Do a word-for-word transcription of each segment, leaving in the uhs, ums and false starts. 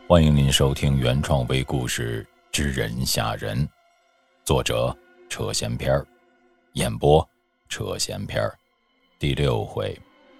欢迎您收听原创微故事之人吓人，作者扯闲篇儿，演播扯闲篇儿，第六回。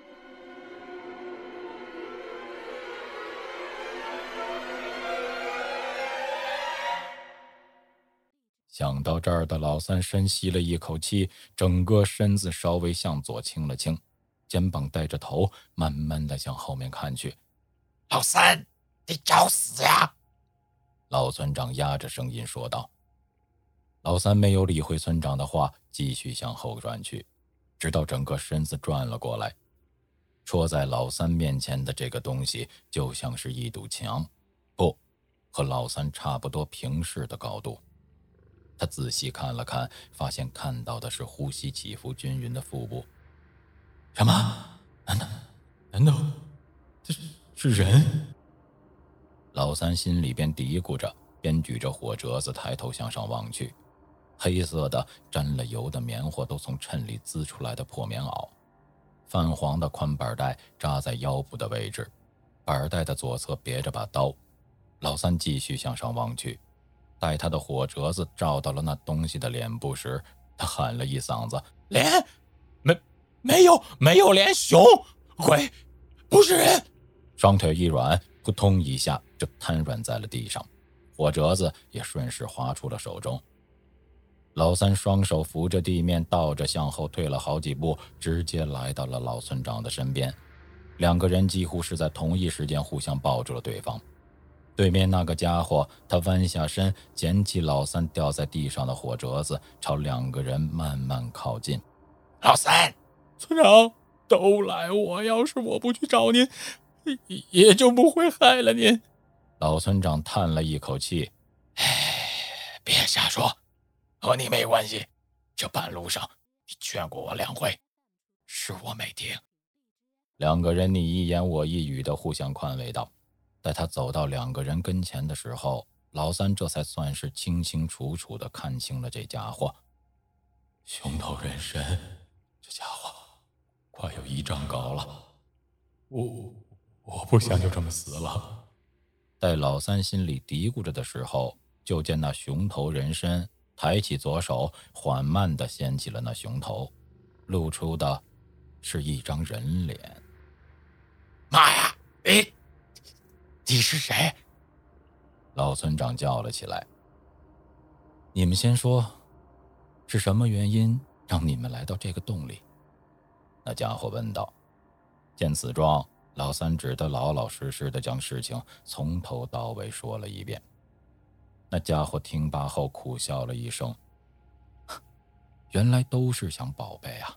想到这儿的老三深吸了一口气，整个身子稍微向左倾了倾，肩膀带着头慢慢地向后面看去。 老三，你找死呀！ 老村长压着声音说道。老三没有理会村长的话，继续向后转去，直到整个身子转了过来。戳在老三面前的这个东西就像是一堵墙，不，和老三差不多平视的高度。他仔细看了看，发现看到的是呼吸起伏均匀的腹部。什么？难道难道这是是人？老三心里边嘀咕着，边举着火折子抬头向上望去。黑色的沾了油的棉花都从衬里滋出来的破棉袄，泛黄的宽板带扎在腰部的位置，板带的左侧别着把刀。老三继续向上望去，待他的火折子照到了那东西的脸部时，他喊了一嗓子： 脸没没有没有脸，熊鬼，不是人！ 双腿一软，扑通一下就瘫软在了地上，火折子也顺势滑出了手中。老三双手扶着地面，倒着向后退了好几步，直接来到了老村长的身边。两个人几乎是在同一时间互相抱住了对方。对面那个家伙，他弯下身，捡起老三掉在地上的火折子，朝两个人慢慢靠近。 老三， 村长，都赖我，要是我不去找您，也就不会害了您。 老村长叹了一口气， 唉，别瞎说，和你没关系。这半路上你劝过我两回，是我没听。 两个人你一言我一语的互相宽慰道。待他走到两个人跟前的时候，老三这才算是清清楚楚的看清了这家伙。熊头人参，这家伙快有一丈高了。 我我不想就这么死了。 待老三心里嘀咕着的时候，就见那熊头人参抬起左手，缓慢地掀起了那熊头，露出的是一张人脸。 妈呀，你你是谁？ 老村长叫了起来。你们先说，是什么原因让你们来到这个洞里？那家伙问道。见此状，老三只得老老实实的将事情从头到尾说了一遍。那家伙听罢后苦笑了一声，原来都是想宝贝啊。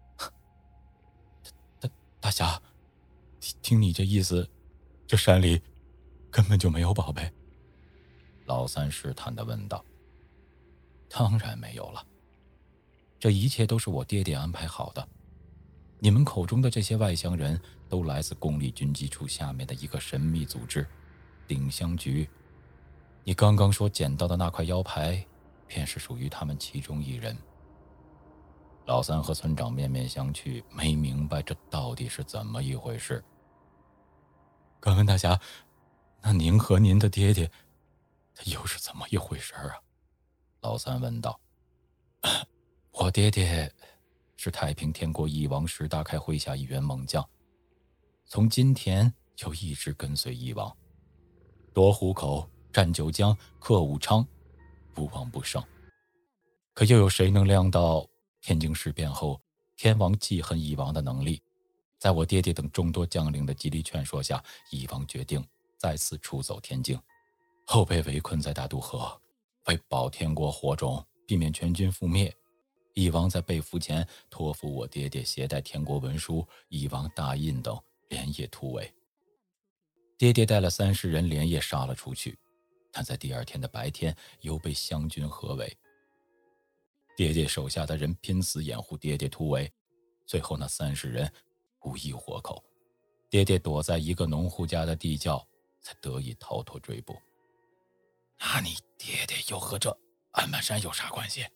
大大侠，听你这意思，这山里根本就没有宝贝。 老三试探地问道。当然没有了，这一切都是我爹爹安排好的。你们口中的这些外乡人都来自公立军机处下面的一个神秘组织鼎香局。你刚刚说捡到的那块腰牌便是属于他们其中一人。老三和村长面面相觑，没明白这到底是怎么一回事。 敢问大侠，那您和您的爹爹他又是怎么一回事啊？ 老三问道。我爹爹是太平天国翼王石达开麾下一员猛将，从金田就一直跟随翼王，夺湖口、占九江、克武昌，不亡不胜。可又有谁能料到天津事变后，天王记恨翼王的能力，在我爹爹等众多将领的极力劝说下，翼王决定再次出走天津，后被围困在大渡河。为保天国火种，避免全军覆灭，翼王在被俘前托付我爹爹携带天国文书、翼王大印等，连夜突围。爹爹带了三十人连夜杀了出去，但在第二天的白天又被湘军合围。爹爹手下的人拼死掩护爹爹突围，最后那三十人无一活口。爹爹躲在一个农户家的地窖，才得以逃脱追捕。 那你爹爹又和这安满山有啥关系？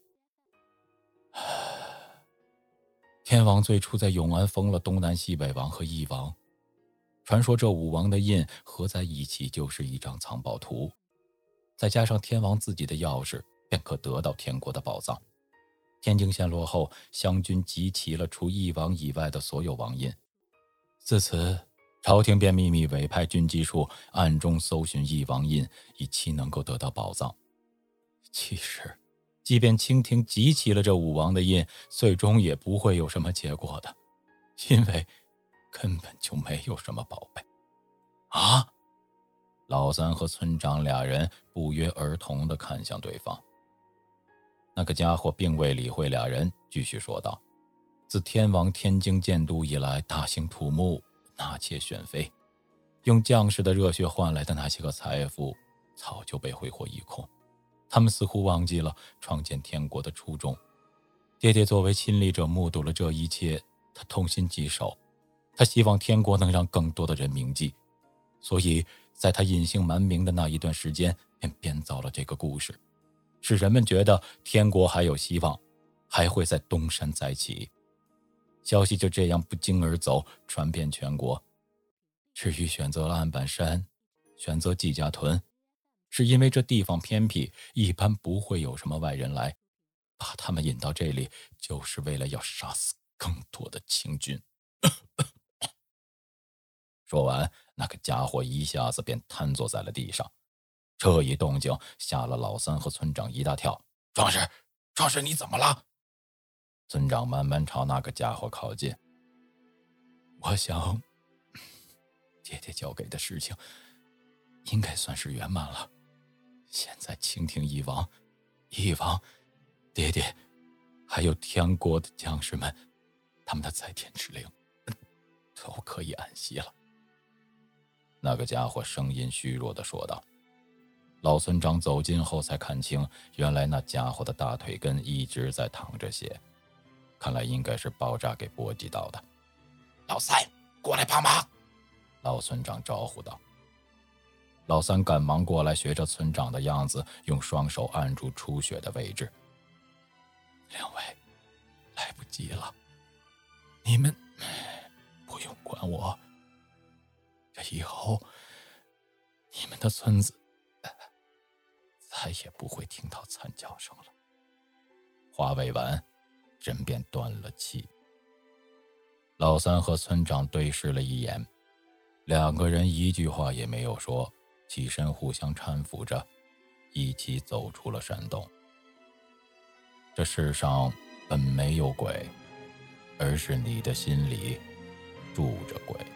天王最初在永安封了东南西北王和翼王， 传说这五王的印合在一起就是一张藏宝图，再加上天王自己的钥匙，便可得到天国的宝藏。天境陷落后，湘军集齐了除翼王以外的所有王印，自此朝廷便秘密委派军机处暗中搜寻翼王印，以期能够得到宝藏。其实即便清廷集齐了这五王的印，最终也不会有什么结果的，因为根本就没有什么宝贝。 啊！ 老三和村长俩人不约而同地看向对方。那个家伙并未理会俩人，继续说道：自天王天京建都以来，大兴土木，纳妾选妃，用将士的热血换来的那些个财富早就被挥霍一空。他们似乎忘记了创建天国的初衷。爹爹作为亲历者目睹了这一切，他痛心疾首。他希望天国能让更多的人铭记，所以在他隐姓埋名的那一段时间，便编造了这个故事，使人们觉得天国还有希望，还会在东山再起。消息就这样不胫而走，传遍全国。至于选择了案板山，选择季家屯，是因为这地方偏僻，一般不会有什么外人来，把他们引到这里，就是为了要杀死更多的清军。说完，那个家伙一下子便瘫坐在了地上。这一动静吓了老三和村长一大跳。 壮士，壮士，你怎么了？ 村长慢慢朝那个家伙靠近。我想，爹爹交给的事情应该算是圆满了。现在清廷一王、一王、爹爹，还有天国的将士们，他们的在天之灵都可以安息了。那个家伙声音虚弱地说道。老村长走近后才看清，原来那家伙的大腿根一直在淌着血，看来应该是爆炸给波及到的。 老三，过来帮忙！ 老村长招呼道。老三赶忙过来，学着村长的样子，用双手按住出血的位置。两位，来不及了，你们不用管我，这以后你们的村子再也不会听到惨叫声了。话未完，人便断了气。老三和村长对视了一眼，两个人一句话也没有说，起身互相搀扶着，一起走出了山洞。这世上本没有鬼，而是你的心里住着鬼。